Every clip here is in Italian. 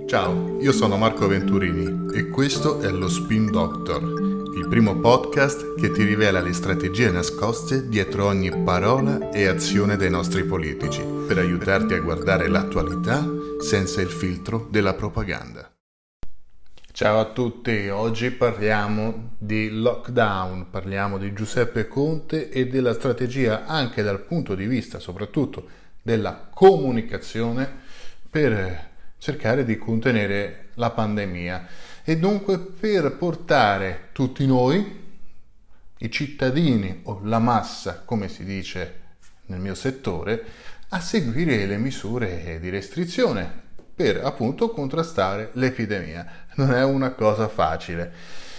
Ciao, io sono Marco Venturini e questo è lo Spin Doctor, il primo podcast che ti rivela le strategie nascoste dietro ogni parola e azione dei nostri politici, per aiutarti a guardare l'attualità senza il filtro della propaganda. Ciao a tutti, oggi parliamo di lockdown, parliamo di Giuseppe Conte e della strategia anche dal punto di vista soprattutto della comunicazione per cercare di contenere la pandemia e dunque per portare tutti noi, i cittadini o la massa, come si dice nel mio settore, a seguire le misure di restrizione per appunto contrastare l'epidemia. Non è una cosa facile.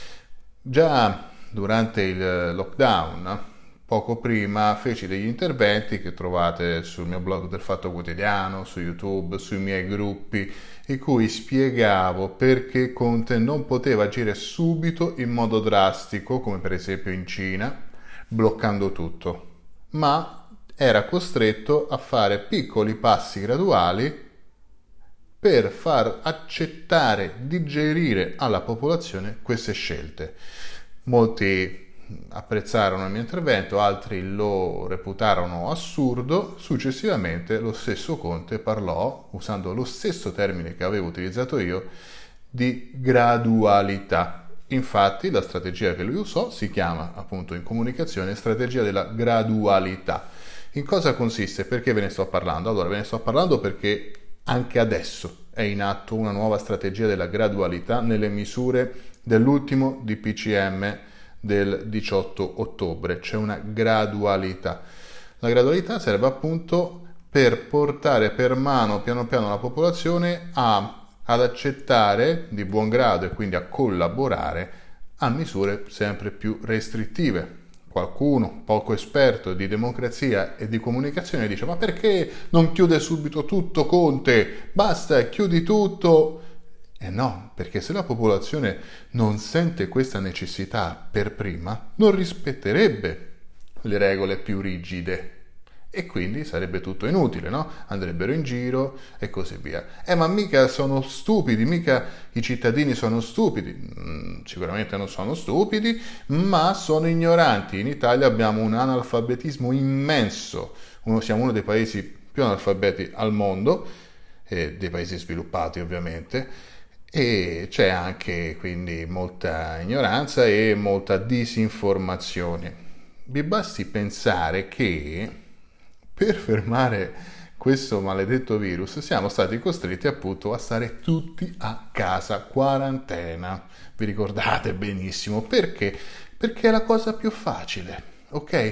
Già durante il lockdown, poco prima, feci degli interventi che trovate sul mio blog del Fatto Quotidiano, su YouTube, sui miei gruppi, in cui spiegavo perché Conte non poteva agire subito in modo drastico, come per esempio in Cina, bloccando tutto, ma era costretto a fare piccoli passi graduali per far accettare, digerire alla popolazione queste scelte. Molti apprezzarono il mio intervento, altri lo reputarono assurdo. Successivamente lo stesso Conte parlò, usando lo stesso termine che avevo utilizzato io, di gradualità. Infatti la strategia che lui usò si chiama appunto in comunicazione strategia della gradualità. In cosa consiste? Perché ve ne sto parlando? Allora, ve ne sto parlando perché anche adesso è in atto una nuova strategia della gradualità nelle misure dell'ultimo DPCM del 18 ottobre. C'è una gradualità. La gradualità serve appunto per portare per mano piano piano la popolazione ad accettare di buon grado e quindi a collaborare a misure sempre più restrittive. Qualcuno poco esperto di democrazia e di comunicazione dice: ma perché non chiude subito tutto Conte? Basta, chiudi tutto. E no, perché se la popolazione non sente questa necessità per prima, non rispetterebbe le regole più rigide e quindi sarebbe tutto inutile, no? Andrebbero in giro e così via. Ma mica sono stupidi, mica i cittadini sono stupidi. Sicuramente non sono stupidi, ma sono ignoranti. In Italia abbiamo un analfabetismo immenso. Siamo uno dei paesi più analfabeti al mondo, dei paesi sviluppati ovviamente, e c'è anche quindi molta ignoranza e molta disinformazione. Vi basti pensare che per fermare questo maledetto virus siamo stati costretti appunto a stare tutti a casa, quarantena. Vi ricordate benissimo perché? Perché è la cosa più facile, ok?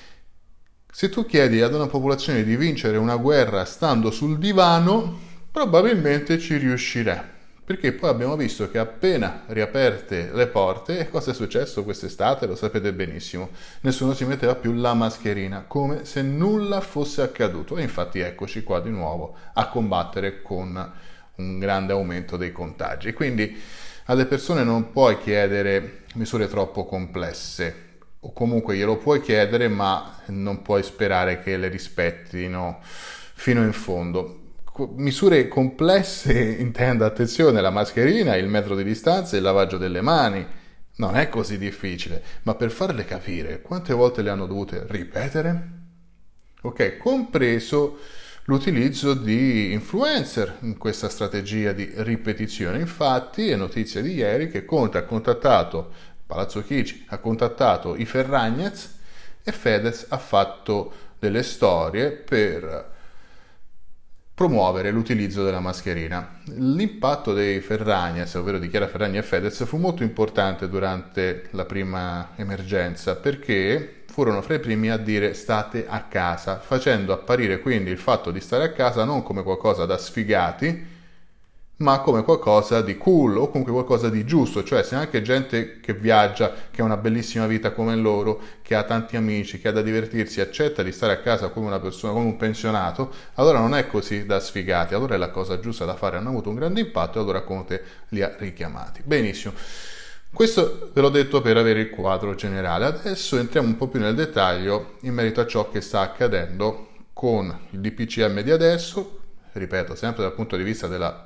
Se tu chiedi ad una popolazione di vincere una guerra stando sul divano, probabilmente ci riuscirà. Perché poi abbiamo visto che appena riaperte le porte, cosa è successo quest'estate? Lo sapete benissimo. Nessuno si metteva più la mascherina, come se nulla fosse accaduto. E infatti eccoci qua di nuovo a combattere con un grande aumento dei contagi. Quindi alle persone non puoi chiedere misure troppo complesse, o comunque glielo puoi chiedere, ma non puoi sperare che le rispettino fino in fondo. Misure complesse intendo, attenzione, la mascherina, il metro di distanza e il lavaggio delle mani. Non è così difficile, ma per farle capire, quante volte le hanno dovute ripetere? Ok, compreso l'utilizzo di influencer in questa strategia di ripetizione. Infatti è notizia di ieri che Conte ha contattato Palazzo Chigi, ha contattato i Ferragnez e Fedez ha fatto delle storie per promuovere l'utilizzo della mascherina. L'impatto dei Ferragnez, ovvero di Chiara Ferragni e Fedez, fu molto importante durante la prima emergenza perché furono fra i primi a dire state a casa, facendo apparire quindi il fatto di stare a casa non come qualcosa da sfigati, ma come qualcosa di cool o comunque qualcosa di giusto. Cioè, se anche gente che viaggia, che ha una bellissima vita come loro, che ha tanti amici, che ha da divertirsi, accetta di stare a casa come una persona, come un pensionato, allora non è così da sfigati, allora è la cosa giusta da fare. Hanno avuto un grande impatto e allora Conte li ha richiamati. Benissimo. Questo ve l'ho detto per avere il quadro generale. Adesso entriamo un po' più nel dettaglio in merito a ciò che sta accadendo con il DPCM di adesso, ripeto, sempre dal punto di vista della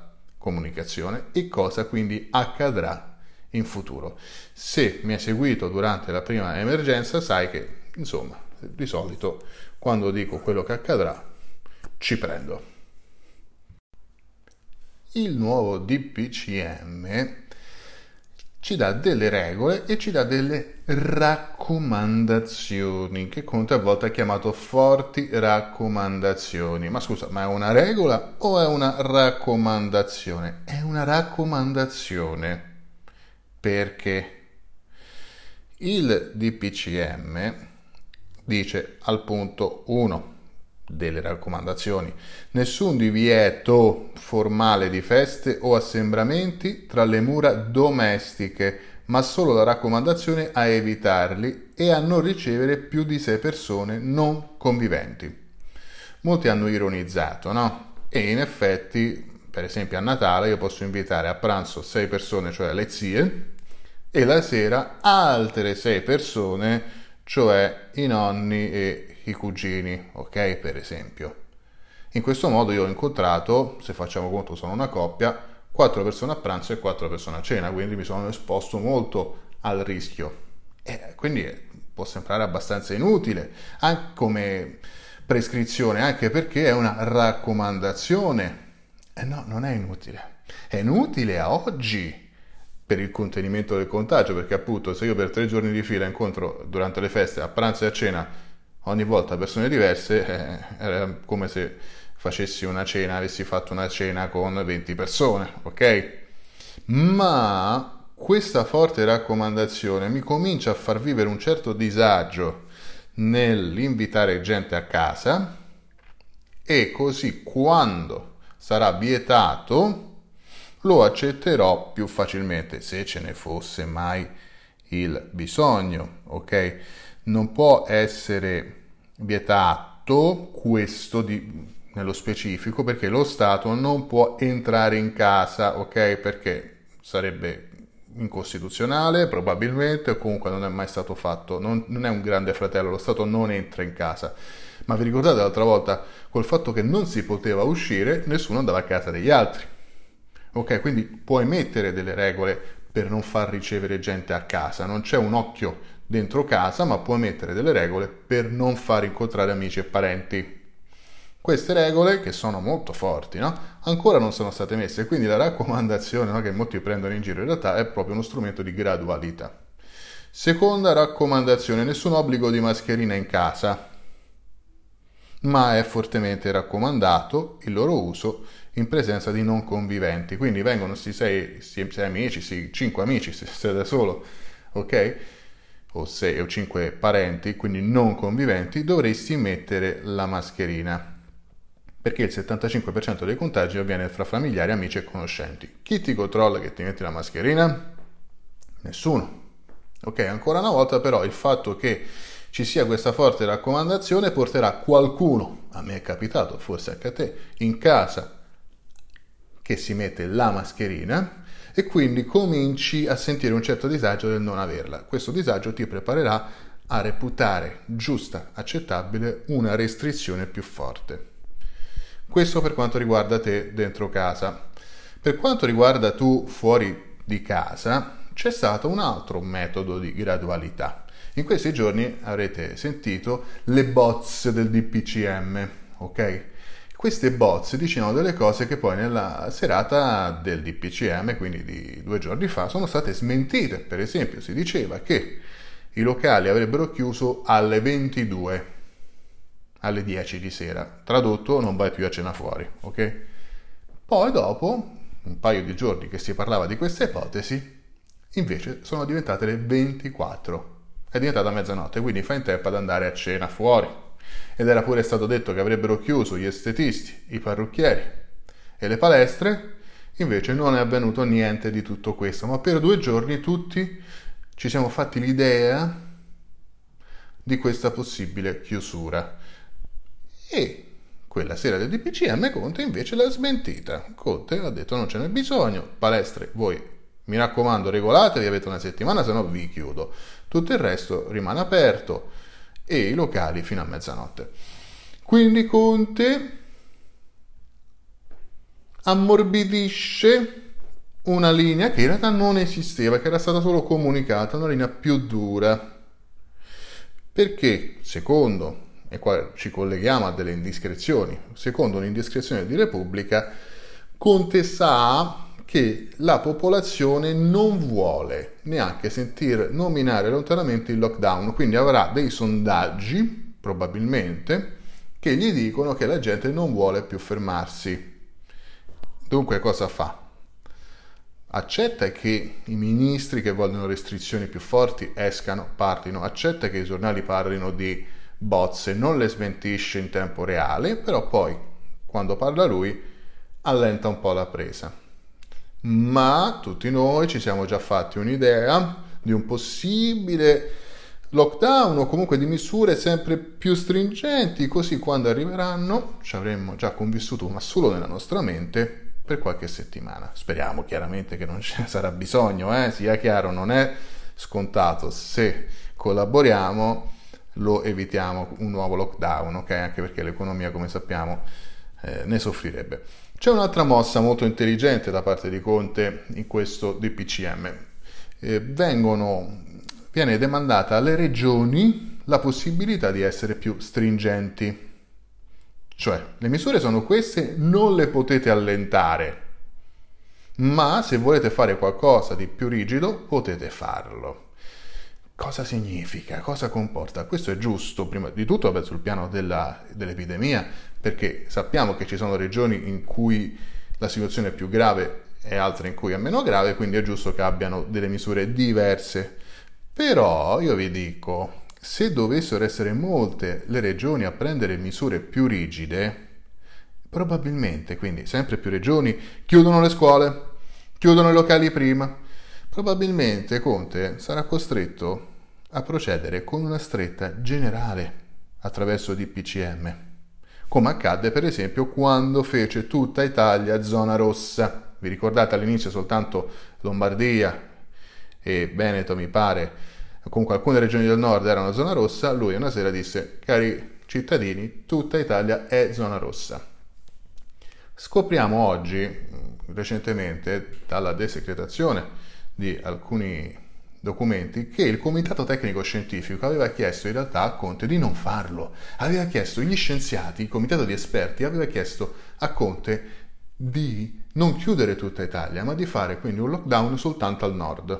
comunicazione e cosa quindi accadrà in futuro. Se mi hai seguito durante la prima emergenza, sai che, insomma, di solito quando dico quello che accadrà, ci prendo. Il nuovo DPCM ci dà delle regole e ci dà delle raccomandazioni, che Conte a volte ha chiamato forti raccomandazioni. Ma scusa, ma è una regola o è una raccomandazione? È una raccomandazione. Perché il DPCM dice al punto 1 delle raccomandazioni: nessun divieto formale di feste o assembramenti tra le mura domestiche, ma solo la raccomandazione a evitarli e a non ricevere più di 6 persone non conviventi. Molti hanno ironizzato, no? E in effetti, per esempio a Natale, io posso invitare a pranzo 6 persone, cioè le zie, e la sera altre 6 persone, cioè i nonni e i cugini, ok? Per esempio. In questo modo io ho incontrato, se facciamo conto sono una coppia, 4 persone a pranzo e 4 persone a cena, quindi mi sono esposto molto al rischio. E quindi può sembrare abbastanza inutile, anche come prescrizione, anche perché è una raccomandazione. No, non è inutile. È inutile a oggi per il contenimento del contagio, perché appunto se io per 3 giorni di fila incontro durante le feste a pranzo e a cena ogni volta persone diverse, era come se avessi fatto una cena con 20 persone, ok? Ma questa forte raccomandazione mi comincia a far vivere un certo disagio nell'invitare gente a casa, e così quando sarà vietato lo accetterò più facilmente, se ce ne fosse mai il bisogno, ok? Non può essere vietato questo nello specifico, perché lo Stato non può entrare in casa, ok? Perché sarebbe incostituzionale probabilmente, o comunque non è mai stato fatto, non è un grande fratello, lo Stato non entra in casa. Ma vi ricordate l'altra volta, col fatto che non si poteva uscire, nessuno andava a casa degli altri, ok? Quindi puoi mettere delle regole per non far ricevere gente a casa, non c'è un occhio dentro casa, ma puoi mettere delle regole per non far incontrare amici e parenti. Queste regole, che sono molto forti, no? Ancora non sono state messe, quindi la raccomandazione, no, che molti prendono in giro, in realtà è proprio uno strumento di gradualità. Seconda raccomandazione: nessun obbligo di mascherina in casa, ma è fortemente raccomandato il loro uso in presenza di non conviventi. Quindi vengono 6 amici, 5 amici se sei da solo, ok? O 6 o 5 parenti, quindi non conviventi, dovresti mettere la mascherina, perché il 75% dei contagi avviene fra familiari, amici e conoscenti. Chi ti controlla che ti metti la mascherina? Nessuno. Ok, ancora una volta però il fatto che ci sia questa forte raccomandazione porterà qualcuno, a me è capitato, forse anche a te, in casa che si mette la mascherina, e quindi cominci a sentire un certo disagio del non averla. Questo disagio ti preparerà a reputare giusta, accettabile, una restrizione più forte. Questo per quanto riguarda te dentro casa. Per quanto riguarda tu fuori di casa, c'è stato un altro metodo di gradualità. In questi giorni avrete sentito le bozze del DPCM, ok? Queste bozze dicevano delle cose che poi nella serata del DPCM, quindi di 2 giorni fa, sono state smentite. Per esempio si diceva che i locali avrebbero chiuso alle 22, alle 10 di sera. Tradotto, non vai più a cena fuori, ok? Poi dopo un paio di giorni che si parlava di questa ipotesi, invece sono diventate le 24. È diventata mezzanotte, quindi fai in tempo ad andare a cena fuori. Ed era pure stato detto che avrebbero chiuso gli estetisti, i parrucchieri e le palestre. Invece non è avvenuto niente di tutto questo, ma per 2 giorni tutti ci siamo fatti l'idea di questa possibile chiusura. E quella sera del DPCM Conte invece l'ha smentita. Conte ha detto non ce n'è bisogno, palestre voi mi raccomando regolatevi, avete una settimana, se no vi chiudo. Tutto il resto rimane aperto e i locali fino a mezzanotte. Quindi Conte ammorbidisce una linea che in realtà non esisteva, che era stata solo comunicata, una linea più dura. Perché, secondo, e qua ci colleghiamo a delle indiscrezioni, secondo un'indiscrezione di Repubblica, Conte sa che la popolazione non vuole neanche sentir nominare lontanamente il lockdown, quindi avrà dei sondaggi, probabilmente, che gli dicono che la gente non vuole più fermarsi. Dunque cosa fa? Accetta che i ministri che vogliono restrizioni più forti escano, parlino, accetta che i giornali parlino di bozze, non le smentisce in tempo reale, però poi, quando parla lui, allenta un po' la presa. Ma tutti noi ci siamo già fatti un'idea di un possibile lockdown o comunque di misure sempre più stringenti, così quando arriveranno ci avremmo già convissuto, ma solo nella nostra mente, per qualche settimana. Speriamo chiaramente che non ce ne sarà bisogno, sia chiaro, non è scontato. Se collaboriamo lo evitiamo un nuovo lockdown, ok? Anche perché l'economia, come sappiamo, ne soffrirebbe. C'è un'altra mossa molto intelligente da parte di Conte in questo DPCM. Viene demandata alle regioni la possibilità di essere più stringenti. Cioè, le misure sono queste, non le potete allentare, ma se volete fare qualcosa di più rigido, potete farlo. Cosa significa? Cosa comporta? Questo è giusto, prima di tutto, sul piano dell'epidemia, perché sappiamo che ci sono regioni in cui la situazione è più grave e altre in cui è meno grave, quindi è giusto che abbiano delle misure diverse. Però io vi dico, se dovessero essere molte le regioni a prendere misure più rigide, probabilmente, quindi sempre più regioni chiudono le scuole, chiudono i locali prima, probabilmente Conte sarà costretto a procedere con una stretta generale attraverso DPCM, come accadde per esempio quando fece tutta Italia zona rossa. Vi ricordate all'inizio soltanto Lombardia e Veneto, mi pare, comunque alcune regioni del nord erano zona rossa, lui una sera disse: cari cittadini, tutta Italia è zona rossa. Scopriamo oggi, recentemente, dalla desecretazione di alcuni documenti, che il Comitato Tecnico Scientifico aveva chiesto in realtà a Conte di non farlo. Aveva chiesto, gli scienziati, il comitato di esperti, aveva chiesto a Conte di non chiudere tutta Italia, ma di fare quindi un lockdown soltanto al nord.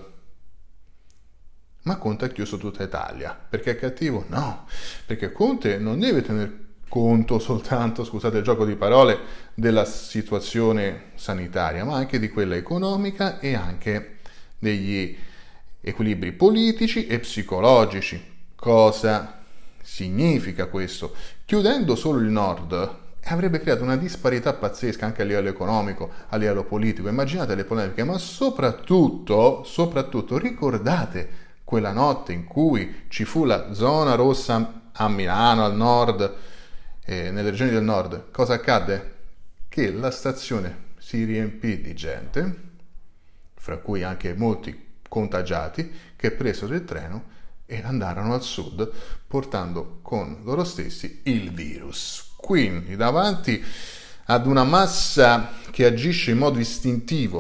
Ma Conte ha chiuso tutta Italia. Perché è cattivo? No, perché Conte non deve tener conto soltanto, scusate il gioco di parole, della situazione sanitaria, ma anche di quella economica e anche degli equilibri politici e psicologici. Cosa significa questo? Chiudendo solo il nord avrebbe creato una disparità pazzesca anche a livello economico, a livello politico. Immaginate le polemiche, ma soprattutto ricordate quella notte in cui ci fu la zona rossa a Milano, al nord, nelle regioni del nord. Cosa accadde? Che la stazione si riempì di gente, fra cui anche molti contagiati, che presero il treno e andarono al sud portando con loro stessi il virus. Quindi davanti ad una massa che agisce in modo istintivo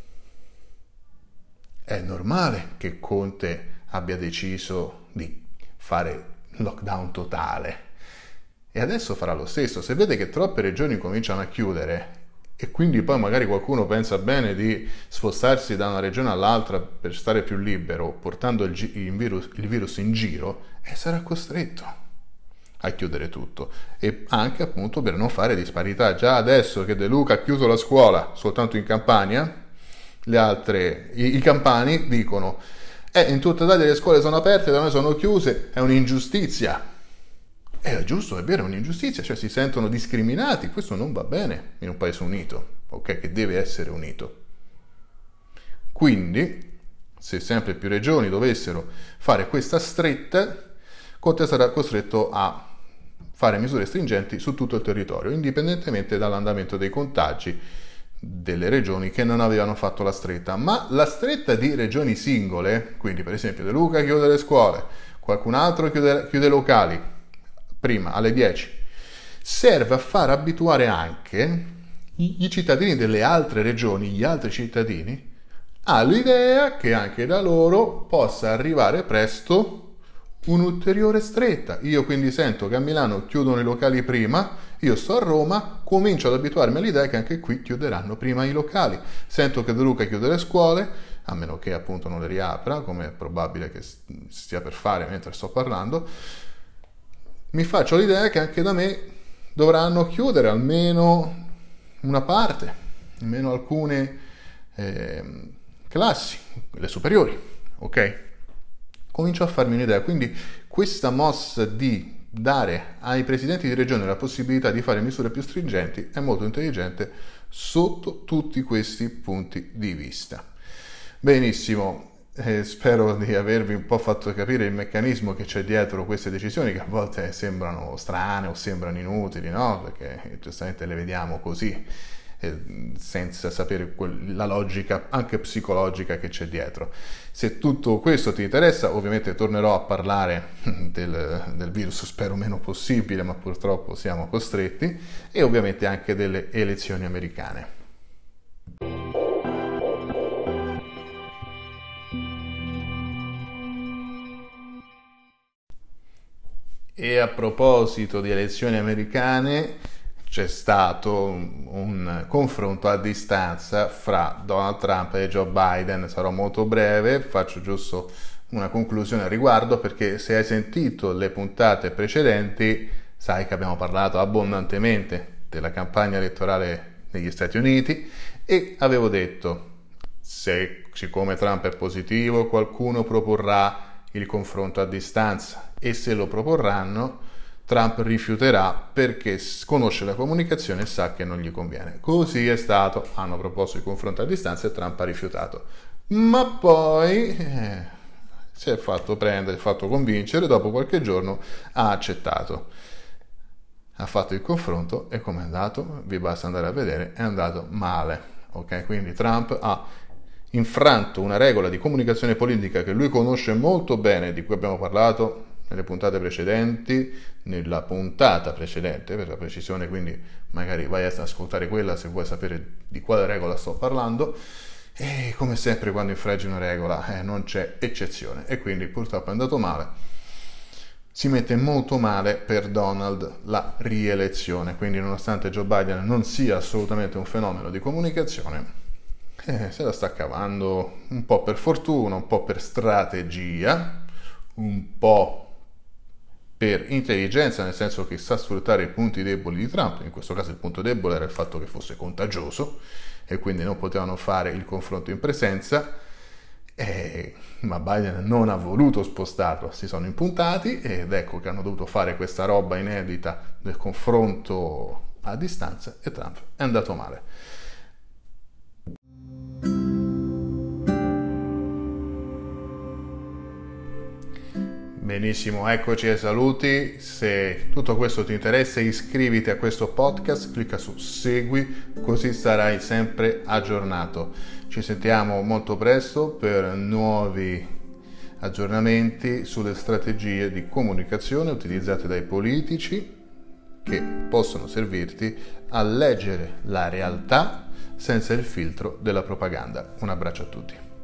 è normale che Conte abbia deciso di fare lockdown totale e adesso farà lo stesso. Se vede che troppe regioni cominciano a chiudere e quindi poi magari qualcuno pensa bene di spostarsi da una regione all'altra per stare più libero, portando il virus in giro, sarà costretto a chiudere tutto, e anche appunto per non fare disparità. Già adesso che De Luca ha chiuso la scuola soltanto in Campania, i campani dicono in tutta Italia le scuole sono aperte, da noi sono chiuse, è un'ingiustizia. È giusto, è vero, è un'ingiustizia, cioè si sentono discriminati, questo non va bene in un paese unito, ok, che deve essere unito. Quindi, se sempre più regioni dovessero fare questa stretta, Conte sarà costretto a fare misure stringenti su tutto il territorio, indipendentemente dall'andamento dei contagi delle regioni che non avevano fatto la stretta. Ma la stretta di regioni singole, quindi per esempio De Luca chiude le scuole, qualcun altro chiude i locali prima alle 10, serve a far abituare anche i cittadini delle altre regioni, gli altri cittadini, ha l'idea che anche da loro possa arrivare presto un'ulteriore stretta. Io quindi sento che a Milano chiudono i locali prima, io sto a Roma, comincio ad abituarmi all'idea che anche qui chiuderanno prima i locali. Sento che De Luca chiude le scuole, a meno che appunto non le riapra, come è probabile che stia per fare mentre sto parlando. Mi faccio l'idea che anche da me dovranno chiudere almeno una parte, almeno alcune classi, le superiori, ok? Comincio a farmi un'idea, quindi questa mossa di dare ai presidenti di regione la possibilità di fare misure più stringenti è molto intelligente sotto tutti questi punti di vista. Benissimo. Spero di avervi un po' fatto capire il meccanismo che c'è dietro queste decisioni, che a volte sembrano strane o sembrano inutili, no? Perché giustamente le vediamo così, senza sapere la logica anche psicologica che c'è dietro. Se tutto questo ti interessa, ovviamente tornerò a parlare del virus, spero meno possibile, ma purtroppo siamo costretti, e ovviamente anche delle elezioni americane. E a proposito di elezioni americane, c'è stato un confronto a distanza fra Donald Trump e Joe Biden. Sarò molto breve, faccio giusto una conclusione al riguardo, perché se hai sentito le puntate precedenti sai che abbiamo parlato abbondantemente della campagna elettorale negli Stati Uniti e avevo detto, siccome Trump è positivo, qualcuno proporrà il confronto a distanza, e se lo proporranno Trump rifiuterà perché conosce la comunicazione e sa che non gli conviene. Così è stato, hanno proposto il confronto a distanza e Trump ha rifiutato, ma poi si è fatto prendere, fatto convincere, dopo qualche giorno ha accettato, ha fatto il confronto e come è andato? Vi basta andare a vedere, è andato male, ok? Quindi Trump ha infranto una regola di comunicazione politica che lui conosce molto bene, di cui abbiamo parlato nelle puntate precedenti, nella puntata precedente per la precisione, quindi magari vai a ascoltare quella se vuoi sapere di quale regola sto parlando, e come sempre quando infraggi una regola non c'è eccezione, e quindi purtroppo è andato male. Si mette molto male per Donald la rielezione, quindi nonostante Joe Biden non sia assolutamente un fenomeno di comunicazione, se la sta cavando un po' per fortuna, un po' per strategia, un po' per intelligenza, nel senso che sa sfruttare i punti deboli di Trump. In questo caso il punto debole era il fatto che fosse contagioso e quindi non potevano fare il confronto in presenza, ma Biden non ha voluto spostarlo, si sono impuntati ed ecco che hanno dovuto fare questa roba inedita del confronto a distanza e Trump è andato male. Benissimo, eccoci ai saluti. Se tutto questo ti interessa, iscriviti a questo podcast, clicca su segui, così sarai sempre aggiornato. Ci sentiamo molto presto per nuovi aggiornamenti sulle strategie di comunicazione utilizzate dai politici, che possono servirti a leggere la realtà senza il filtro della propaganda. Un abbraccio a tutti.